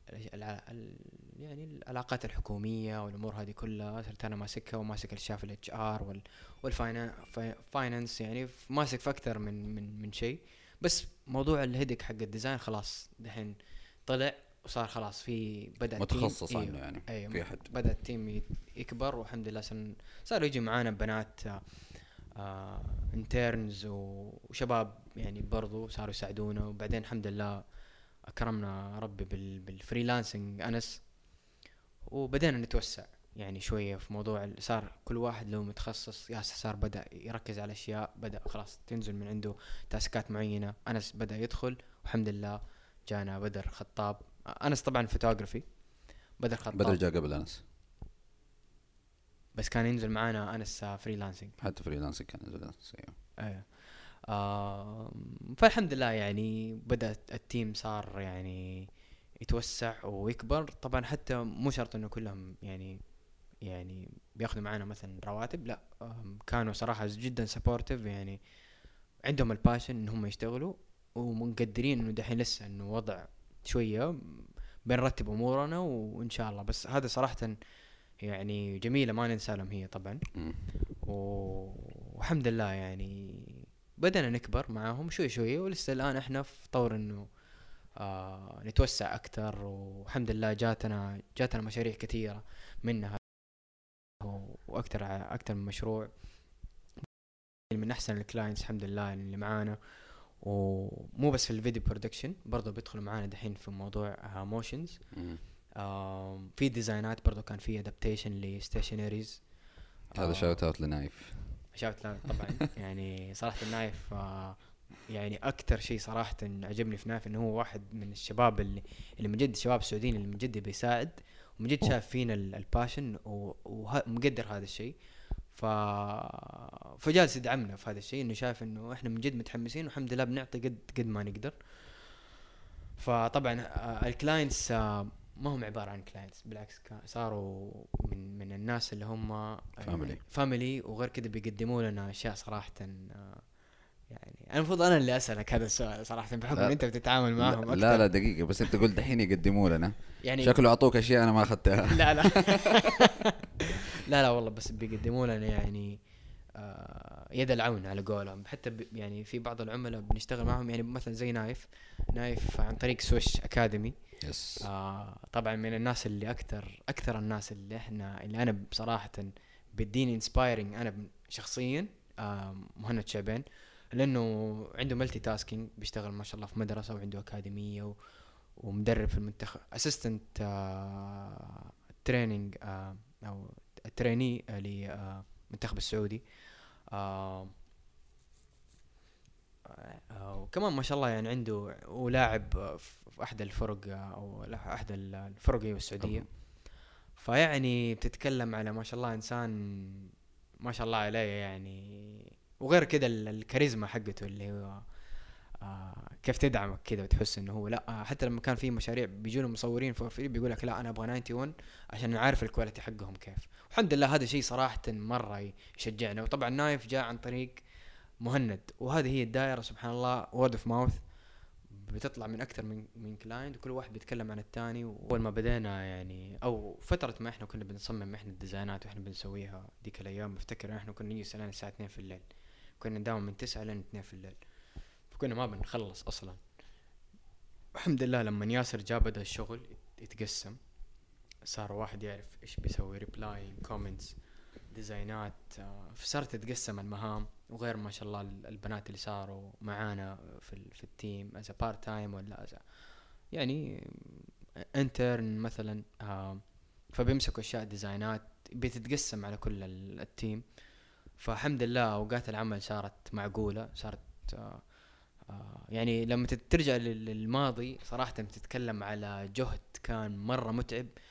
يعني العلاقات الحكومية والامور هذه كلها صرت انا ماسكها، وماسك الاشياء في الاتش ار والفاينانس، يعني ماسك في اكثر من من من شيء. بس موضوع الهيدك حق الديزاين خلاص دحين طلع وصار خلاص في بدأ متخصص عنه يعني أيوه في حد بدأ التيم يكبر، والحمد لله سن صاروا يجي معانا بنات آه انترنز وشباب يعني برضو صاروا يساعدونا. وبعدين الحمد لله أكرمنا ربي بالفريلانسنج أنس، وبدأنا نتوسع يعني شوية في موضوع، صار كل واحد له متخصص. ياسر صار بدأ يركز على أشياء، بدأ خلاص تنزل من عنده تاسكات معينة. أنس بدأ يدخل، والحمد لله جانا بدر خطاب. أنس طبعا فوتوغرافي، بدر خطاب بدر جاء قبل أنس بس كان ينزل معانا أنس فريلانسنج، حتى فريلانسنج كان ينزل أنس. أيوه. آه فالحمد لله يعني بدأ التيم صار يعني يتوسع ويكبر. طبعا حتى مو شرط انه كلهم يعني يعني بياخذوا معنا مثلا رواتب، لا كانوا صراحة جدا سبورتيف، يعني عندهم الباشن انهم يشتغلوا، ومقدرين انه دحين لسه انه وضع شوية بنرتب امورنا وان شاء الله. بس هذا صراحة يعني جميلة ما ننسى لهم هي طبعا. والحمد لله يعني بدأنا نكبر معاهم شوي شوي، ولسه الآن احنا في طور انه آه نتوسع اكتر. والحمد لله جاتنا جاتنا مشاريع كثيرة منها، واكتر اكتر من مشروع من احسن الكلاينتس الحمد لله اللي معانا. ومو بس في الفيديو برودكشن، برضو بيدخلوا معانا دحين في موضوع موشنز. آه في ديزاينات برضو كان في ادابتيشن لستيشنريز. هذا شاوت اوت لنايف، شاوت لا طبعا يعني صراحة النايف آه يعني اكتر شيء صراحة عجبني في نايف انه هو واحد من الشباب اللي اللي من جد الشباب السعوديين اللي من جد بيساعد، ومن جد شاف فينا الباشن ومقدر هذا الشيء. ف فجالس يدعمنا في هذا الشيء، انه شايف انه احنا من جد متحمسين، والحمد لله بنعطي قد قد ما نقدر. فطبعا الكلاينتس ما هم عبارة عن كلاينتس، بالعكس صاروا من من الناس اللي هم فاميلي فاميلي وغير كده بيقدموا لنا اشياء صراحة. يعني انا المفروض انا اللي اسالك هذا السؤال صراحه بحكم ان انت بتتعامل معهم اكثر. لا لا دقيقه بس، انت قلت الحين يقدموا لنا يعني شكله اعطوك اشياء انا ما اخذتها. لا لا لا لا والله بس بيقدموا لنا يعني آه يد العون على قولهم. حتى يعني في بعض العملاء بنشتغل معهم، يعني مثلا زي نايف نايف عن طريق سويش اكاديمي. يس. آه طبعا من الناس اللي اكثر اكثر الناس اللي احنا اللي انا بصراحه بديني انسبايرنج انا شخصيا آه مهند شعبان، لانه عنده ملتي تاسكينج، بيشتغل ما شاء الله في مدرسه وعنده اكاديميه و... ومدرب في المنتخب، اسيستنت آه... تريننج آه... او تريني للمنتخب السعودي. آه... آه... وكمان ما شاء الله يعني عنده ولاعب في احد الفرق او احد الفرق السعوديه. فيعني بتتكلم على ما شاء الله انسان ما شاء الله عليه يعني. وغير كده الكاريزما حقته اللي هو آه كيف تدعمك كده وتحس انه هو لا آه حتى لما كان في مشاريع بيجوا له مصورين فور بيقول لك لا انا ابغى واحد وتسعين عشان نعرف الكواليتي حقهم كيف. والحمد لله هذا شيء صراحه مره يشجعنا. وطبعا نايف جاء عن طريق مهند، وهذه هي الدائره سبحان الله، وورد اوف ماوث بتطلع من اكثر من من كلاينت، وكل واحد بيتكلم عن الثاني. واول ما بدينا يعني او فتره ما احنا كنا بنصمم احنا الديزاينات واحنا بنسويها ديك الايام، بفتكر احنا كنا نيجي سلام الساعه اثنين في الليل، كنا نداوم من تسعة لين اثنين في الليل، فكنا ما بنخلص اصلا. الحمد لله لما ياسر جاء بدا الشغل يتقسم، صار واحد يعرف ايش بيسوي، ريبلاي كومنتس ديزاينات، فصارت تتقسم المهام. وغير ما شاء الله البنات اللي صاروا معانا في في التيم از بارت تايم ولا as يعني انترن مثلا، فبيمسكوا اشياء ديزاينات بتتقسم على كل التيم. فالحمد لله اوقات العمل صارت معقولة، صارت آه آه يعني لما ترجع للماضي صراحة بتتكلم على جهد كان مرة متعب،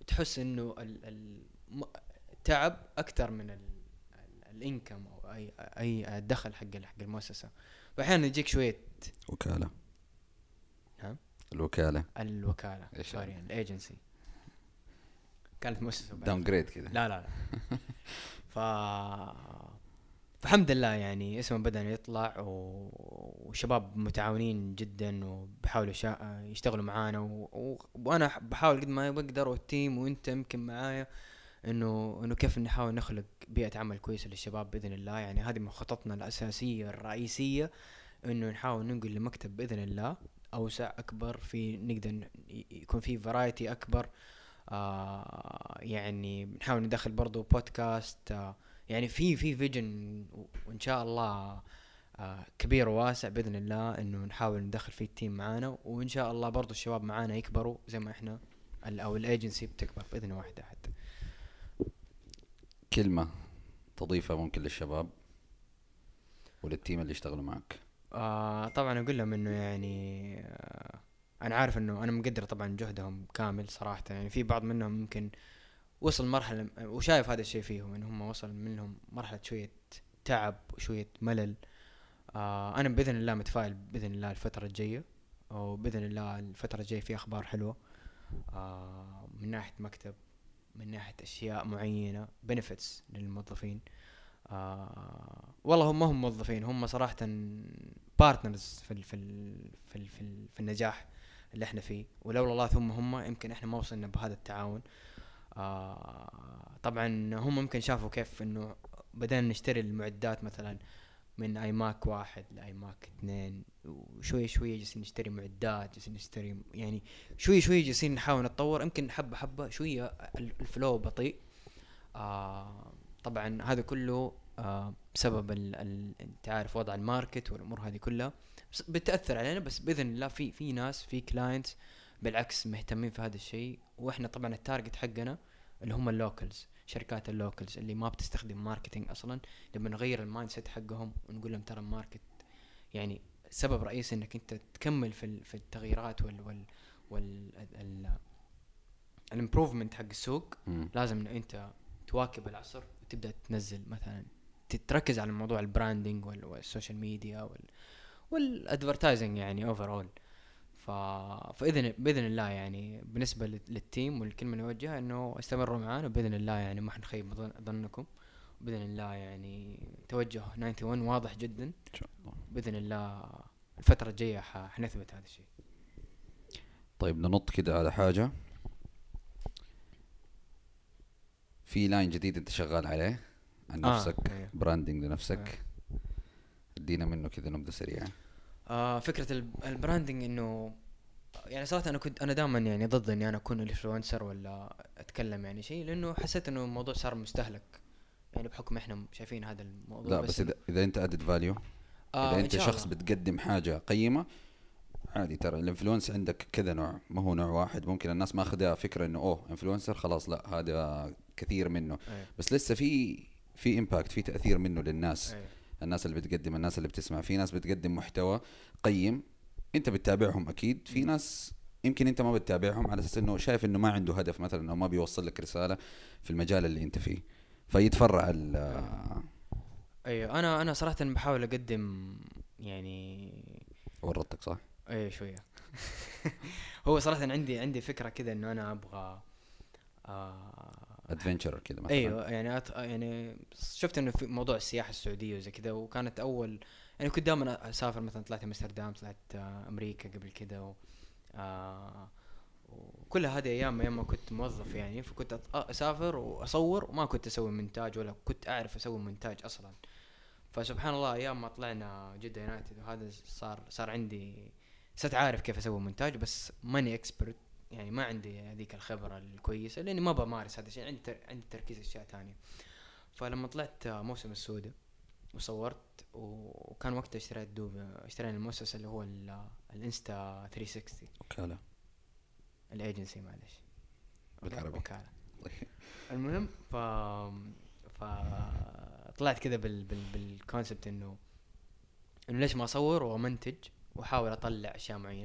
تحس انه ال- ال- م- التعب اكثر من ال- ال- الانكم او اي اي الدخل حق ال- حق المؤسسه. فاحيانا يجيك شويه. وكالة. نعم. الوكالة. الوكاله إيش سوري يعني؟ الايجنسي كانت مؤسسه وبعدين- داون جريد كذا. لا لا لا. ف فالحمد لله يعني اسمه بدأ يطلع و... وشباب متعاونين جدا وبيحاولوا شا... يشتغلوا معانا و... و... وانا ح- بحاول قد ما بقدر والتيم وانت يمكن معايا انه انه كيف نحاول نخلق بيئة عمل كويسة للشباب باذن الله. يعني هذه من خططنا الاساسية الرئيسية، انه نحاول ننقل لمكتب باذن الله اوسع اكبر، في نقدر ن- ي- يكون في فرايتي اكبر. آه يعني بنحاول ندخل برضو بودكاست. آه يعني في في فيجن وان شاء الله آه كبير وواسع باذن الله، انه نحاول ندخل فيه التيم معانا، وان شاء الله برضو الشباب معانا يكبروا زي ما احنا ال- او الايجنسي بتكبر باذن واحده حتى. كلمة تضيفها ممكن للشباب وللتيم اللي يشتغلوا معك. آه طبعا اقول لهم انه يعني آه انا عارف انه انا مقدر طبعا جهدهم كامل صراحه. يعني في بعض منهم ممكن وصل مرحله وشايف هذا الشيء فيهم، ان هم وصل منهم مرحله شويه تعب وشويه ملل. آه انا باذن الله متفائل باذن الله الفتره الجايه، وباذن الله الفتره الجايه في اخبار حلوه آه من ناحيه مكتب، من ناحيه اشياء معينه بنفتس للموظفين. آه والله هم ما هم موظفين، هم صراحه بارتنرز في ال في ال في ال في, ال في النجاح اللي احنا فيه، ولولا الله ثم هم يمكن احنا ما وصلنا بهذا التعاون. آه طبعا هم ممكن شافوا كيف انه بدأنا نشتري المعدات مثلا من اي ماك واحد لاي ماك اثنين، وشوي شوي جالسين نشتري معدات، جالسين نشتري يعني شوي شوي جالسين نحاول نتطور. يمكن حبة حبة شوية الفلو بطيء. آه طبعا هذا كله آه بسبب ال ال انت عارف وضع الماركت والامور هذه كلها بتأثر علينا. بس باذن الله في في ناس في كلاينتس بالعكس مهتمين في هذا الشيء. واحنا طبعا التارجت حقنا اللي هم اللوكلز، شركات اللوكلز اللي ما بتستخدم ماركتينج اصلا، لما نغير المايند سيت حقهم ونقول لهم ترى الماركت يعني سبب رئيسي انك انت تكمل في في التغييرات وال وال وال الامبروفمنت حق السوق. مم. لازم انه انت تواكب العصر وتبدا تنزل مثلا تتركز على موضوع البراندنج والسوشيال ميديا وال والادفرتايزنج يعني اوفر ف... فاذن باذن الله يعني بالنسبه للتيم والكلمه اللي اوجهها انه استمروا معانا باذن الله. يعني ما حنخيب ظن- ظنكم باذن الله. يعني توجه واحد وتسعين واضح جدا ان شاء الله. باذن الله الفتره الجايه ح... حنثبت هذا الشيء. طيب ننط كده على حاجة، في لاين جديد انت شغال عليه عن آه، نفسك، أيوه. براندنج لنفسك، ادينا منه كده نبذة سريعة. آه فكره الب- البراندنج انه يعني صراحه انا كنت انا دائما يعني ضد اني انا اكون انفلونسر ولا اتكلم يعني شيء، لانه حسيت انه الموضوع صار مستهلك يعني بحكم احنا شايفين هذا الموضوع. لا بس اذا اذا انت ادد فاليو، آه اذا إن انت شاء شخص الله. بتقدم حاجة قيمة عادي. ترى الانفلونس عندك كذا نوع، ما هو نوع واحد. ممكن الناس ما اخذها فكرة انه اوه انفلونسر خلاص، لا هذا كثير منه. أيوه. بس لسه في في امباكت، في تأثير منه للناس. أيوه. الناس اللي بتقدم، الناس اللي بتسمع، في ناس بتقدم محتوى قيم انت بتتابعهم اكيد. في ناس يمكن انت ما بتتابعهم على اساس انه شايف انه ما عنده هدف مثلا، او ما بيوصل لك رسالة في المجال اللي انت فيه، فيتفرع ال ايوه انا انا صراحه بحاول اقدم يعني ورطتك صح؟ ايه شويه. هو صراحه عندي عندي فكره كذا انه انا ابغى آه ادفنتشر كذا مثلا. ايوه يعني أت... يعني شفت انه في موضوع السياحه السعوديه وزي كذا، وكانت اول يعني كنت دائما اسافر مثلا طلعت امستردام، طلعت آه امريكا قبل كذا و... آه وكل هذه ايام ايام ما كنت موظف يعني. فكنت أط- اسافر واصور وما كنت اسوي مونتاج ولا كنت اعرف اسوي مونتاج اصلا. فسبحان الله ايام ما طلعنا جدة يونايتد وهذا صار صار عندي صرت عارف كيف اسوي مونتاج، بس ماني اكسبرت يعني ما عندي هذيك الخبرة الكويسة لاني ما بمارس هذا الشيء. عندي تر... عندي تركيز اشياء تانية. فلما طلعت موسم السوداء وصورت وكان وقتها اشتريت دوب اشترينا المؤسسة اللي هو ال... الانستا ثلاثمية وستين وكالة الايجنسي معلش بالعربي. وكالة. المهم ف ف طلعت كذا بال بال بالكونسبت انه انه ليش ما اصور وامنتج واحاول اطلع اشياء معينه.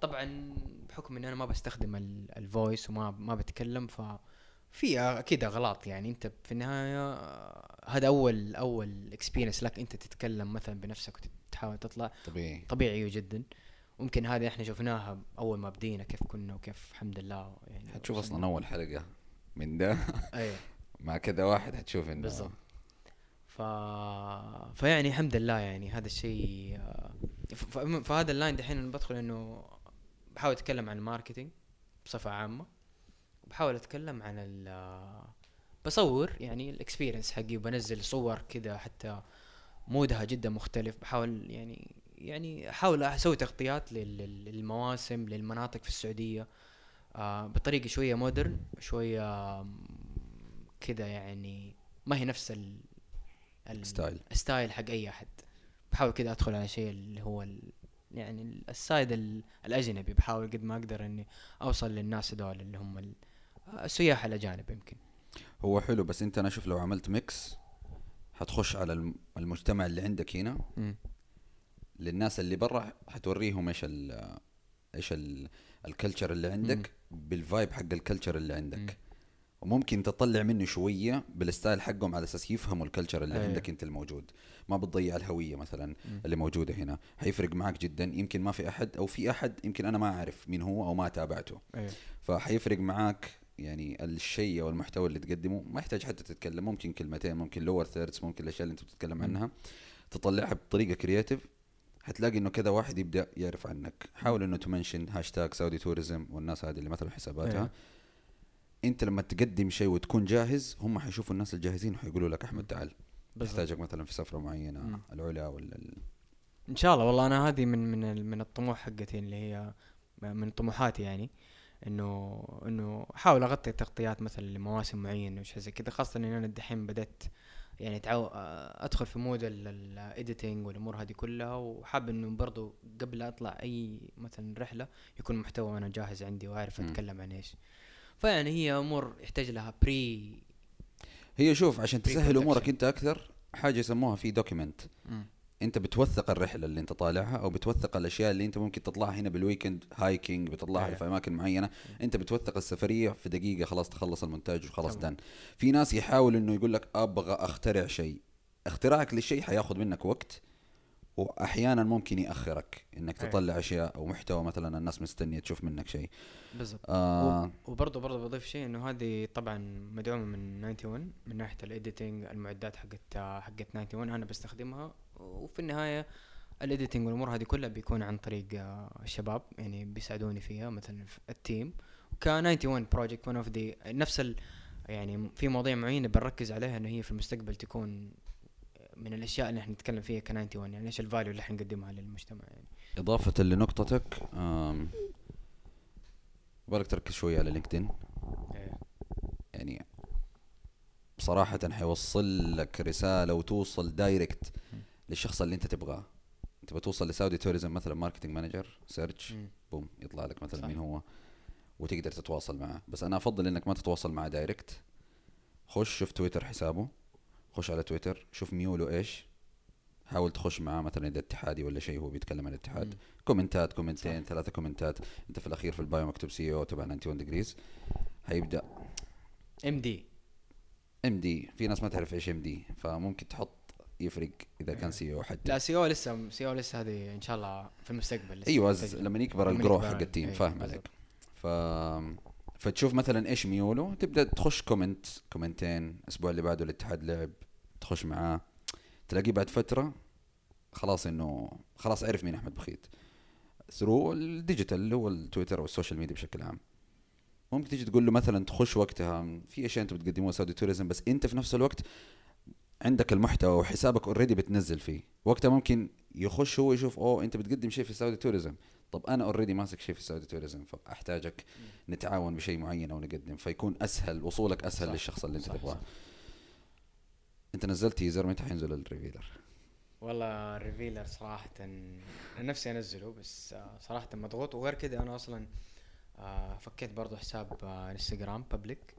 طبعا بحكم ان انا ما بستخدم الفويس وما ما بتكلم، ف في اكيد اغلاط يعني. انت في النهايه آه، هذا اول اول اكسبيرينس لك، انت تتكلم مثلا بنفسك وتحاول تطلع طبيعي. طبيعي جدا. ممكن هذه احنا شفناها اول ما بدينا كيف كنا وكيف الحمد لله يعني حتشوف اصلا وصلنا. اول حلقة من ده ايه مع كذا واحد حتشوف انه بالضبط. ف... فيعني الحمد لله يعني هذا الشيء آه، ف... ف... فهذا اللاين دحين انا بدخل انه بحاول اتكلم عن الماركتينج بصفة عامة، وبحاول اتكلم عن ال آه، بصور يعني الاكسبيرينس حقي، وبنزل صور كذا حتى مودها جدا مختلف. بحاول يعني يعني احاول اسوي تغطيات لل- لل- للمواسم للمناطق في السعودية آه بطريقة شوية مودرن شوية آم، كذا يعني، ما هي نفس ال ال- ستايل. الستايل حق اي احد. بحاول كذا ادخل على شيء اللي هو ال يعني ال- السايد ال- الاجنبي، بحاول قد ما اقدر اني اوصل للناس هذول اللي هم ال- السياح الاجانب يمكن. هو حلو، بس انت انا اشوف لو عملت ميكس حتخش على الم- المجتمع اللي عندك هنا، مم. للناس اللي برا حتوريهم ايش ال ايش ال الكلتشر اللي مم. عندك بالفايب حق الكلتشر اللي مم. عندك، وممكن تطلع منه شويه بالستايل حقهم على اساس يفهموا الكلتشر اللي ايوه. عندك انت الموجود. ما بتضيع الهويه مثلا مم. اللي موجوده هنا، حيفرق معك جدا. يمكن ما في احد او في احد يمكن انا ما اعرف مين هو او ما تابعته، ايوه فحيفرق معاك. يعني الشيء او المحتوى اللي تقدمه ما يحتاج حتى تتكلم، ممكن كلمتين، ممكن لور ثيردز، ممكن الاشياء اللي انت بتتكلم مم. عنها تطلعها بطريقه كرياتيف. هتلاقي انه كذا واحد يبدا يعرف عنك. مم. حاول انه تمنشن هاشتاج سعودي توريزم والناس هذه اللي مثلا حساباتها. ايوه انت لما تقدم شيء وتكون جاهز، هم حيشوفوا الناس الجاهزين وحيقولوا لك احمد مم. تعال بالضبط. نحتاجك مثلا في سفره معينه، مم. العلا ولا ال... ان شاء الله والله انا هذه من من ال- من الطموح حقتي اللي هي من طموحاتي يعني، انه انه احاول اغطي تغطيات مثلا لمواسم معينه وشيء زي كذا، خاصه ان انا الدحين بدأت يعني تعو... ادخل في مود الايديتنج والامور هذه كلها، وحاب انه برضو قبل لا اطلع اي مثلا رحله يكون محتوى انا جاهز عندي واعرف مم. اتكلم عن ايش. فيعني هي امور يحتاج لها بري هي شوف، عشان تسهل امورك pre-production. انت اكثر، حاجه يسموها في دوكيمنت. مم. انت بتوثق الرحله اللي انت طالعها، او بتوثق الاشياء اللي انت ممكن تطلعها هنا بالويكند، هايكينج بتطلعها أيوة. في اماكن معينه. انت بتوثق السفريه في دقيقه، خلاص تخلص المونتاج وخلاص تمام. دان. في ناس يحاول انه يقول لك ابغى اخترع شيء. اختراعك للشيء حياخذ منك وقت، واحيانا ممكن ياخرك انك أيوة. تطلع اشياء او محتوى مثلا الناس مستنيه تشوف منك شيء. بالضبط. آه وبرضه برضه بضيف شيء انه هذه طبعا مدعومه من واحد وتسعين من ناحيه الايديتنج، المعدات حقت حقت واحد وتسعين انا بستخدمها، وفي النهايه الايديتنج والامور هذه كلها بيكون عن طريق آه، الشباب يعني بيساعدوني فيها مثلا في التيم. ك واحد وتسعين بروجكت ون اوف ذا نفس ال يعني في مواضيع معينه بنركز عليها انه هي في المستقبل تكون من الاشياء اللي احنا نتكلم فيها ك واحد وتسعين، يعني ايش الفاليو اللي احنا نقدمها للمجتمع يعني. اضافه لنقطتك، آم بالك تركز شويه على لينكدين. إيه. يعني بصراحة حيوصل لك رسالة وتوصل دايركت مم. للشخص اللي انت تبغاه. انت بتوصل لسعودي توريزم مثلا ماركتنج مانجر، سيرش مم. بوم يطلع لك مثلا صح. مين هو، وتقدر تتواصل معه. بس انا افضل انك ما تتواصل معه دايركت. خش شوف تويتر حسابه، خش على تويتر شوف ميوله ايش، حاول تخش معاه مثلا اذا اتحادي ولا شيء، هو بيتكلم عن الاتحاد. مم. كومنتات كومنتين صح. ثلاثة كومنتات. انت في الاخير في البايو مكتوب سي او تبع تسعين ديجريز. هيبدا ام دي. ام دي، في ناس ما تعرف ايش ام دي، فممكن تحط يفرق اذا كان إيه. سي او حتى. لا سي او لسه سي او لسه هذه ان شاء الله في المستقبل لسه ايوه تجي. لما يكبر لما الجروح يكبر حق التيم، إيه، فاهم بالضبط. عليك. ف فتشوف مثلا ايش ميوله، تبدا تخش كومنت كومنتين. الاسبوع اللي بعده الاتحاد لعب، تخش معاه، تلاقيه بعد فتره خلاص انه خلاص عرف مين احمد بخيت ثرو الديجيتال اللي هو التويتر او السوشيال ميديا بشكل عام. ممكن تيجي تقول له مثلا تخش وقتها في اشياء انتم بتقدموها سعودي توريزم، بس انت في نفس الوقت عندك المحتوى وحسابك اوريدي بتنزل فيه. وقتها ممكن يخش هو يشوف اوه انت بتقدم شيء في سعودي توريزم، طب انا اوريدي ماسك شيء في سعودي توريزم، فاحتاجك نتعاون بشيء معين او نقدم، فيكون اسهل وصولك اسهل صح. للشخص اللي انت صح. تبغاه. صح. انت نزلت تيزر، متى حينزل الريفيلر؟ والله الريفيلر صراحة أنا نفسي أنزله، بس آه، صراحة مضغوط. وغير كده أنا أصلا آه، فكيت برضو حساب آه، انستغرام بابليك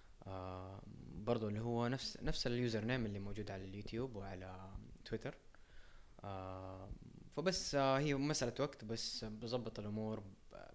برضو اللي هو نفس نفس اليوزر نيم اللي موجود على اليوتيوب وعلى تويتر. آه، فبس آه، هي مسألة وقت، بس بظبط الأمور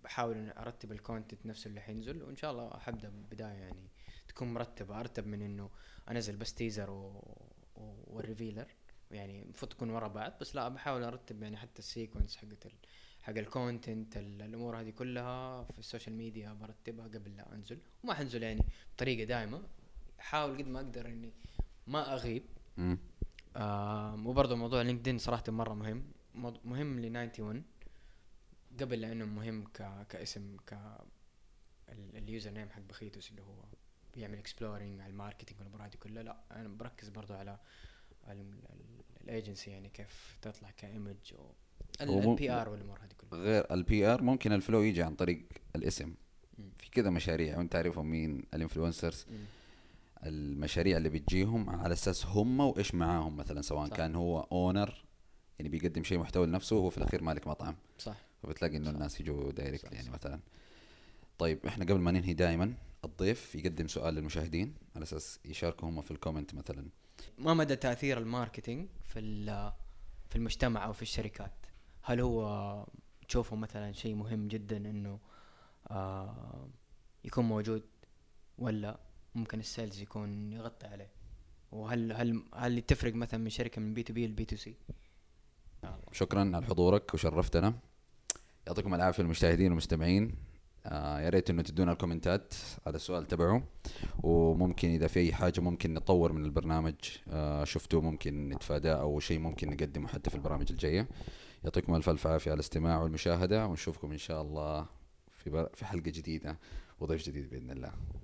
بحاول إن ارتب الكونتنت نفسه اللي حينزل، وان شاء الله حبدا بدايه يعني تكون مرتبه، ارتب من انه انزل بس تيزر و... و... والريفيلر، يعني المفروض تكون ورا بعض، بس لا بحاول ارتب يعني حتى السيكونس حقت ال... حق الكونتنت، ال- الامور هذه كلها في السوشيال ميديا برتبها قبل لا انزل، وما حنزل يعني بطريقه دائمه، احاول قد ما اقدر اني ما اغيب. مم. آه وبرضه موضوع لينكدين صراحه مره مهم، موض- مهم ل واحد وتسعين، قبل لانه مهم ك... كاسم، ك ال- اليوزر نيم حق بخيتوس اللي هو بيعمل اكسبلورينج على الماركتينج والامور هذه كلها. لا انا بركز برضو على الايجنسي، يعني كيف تطلع كايمج هو مم- البي ار والامور هذه كلها. غير البي ار ممكن الفلو يجي عن طريق الاسم. مم. في كذا مشاريع وانت عارفهم مين الانفلونسرز، مم. المشاريع اللي بتجيهم على اساس هم وايش معاهم، مثلا سواء صح. كان هو اونر يعني بيقدم شيء محتوى لنفسه، وهو في الاخير مالك مطعم، صح. فبتلاقي انه صح. الناس يجوا صح. دايركت يعني صح. مثلا. طيب احنا قبل ما ننهي دائما الضيف يقدم سؤال للمشاهدين على اساس يشاركوا هم في الكومنت مثلا. ما مدى تاثير الماركتينج في ال- في المجتمع او في الشركات؟ هل هو تشوفه مثلا شيء مهم جدا انه آه يكون موجود، ولا ممكن السيلز يكون يغطي عليه؟ وهل هل هل تفرق مثلا من شركه من بي تو بي لبي تو سي؟ شكرا على حضورك وشرفتنا، يعطيكم العافيه المشاهدين والمستمعين. آه يا ريت انه تدونا الكومنتات على السؤال تبعه، وممكن اذا في اي حاجه ممكن نطور من البرنامج آه شفتوه ممكن نتفاداه، او شيء ممكن نقدمه حتى في البرامج الجايه. يعطيكم الف الف عافيه على الاستماع والمشاهده، ونشوفكم ان شاء الله في بر... في حلقه جديده وضيف جديد باذن الله.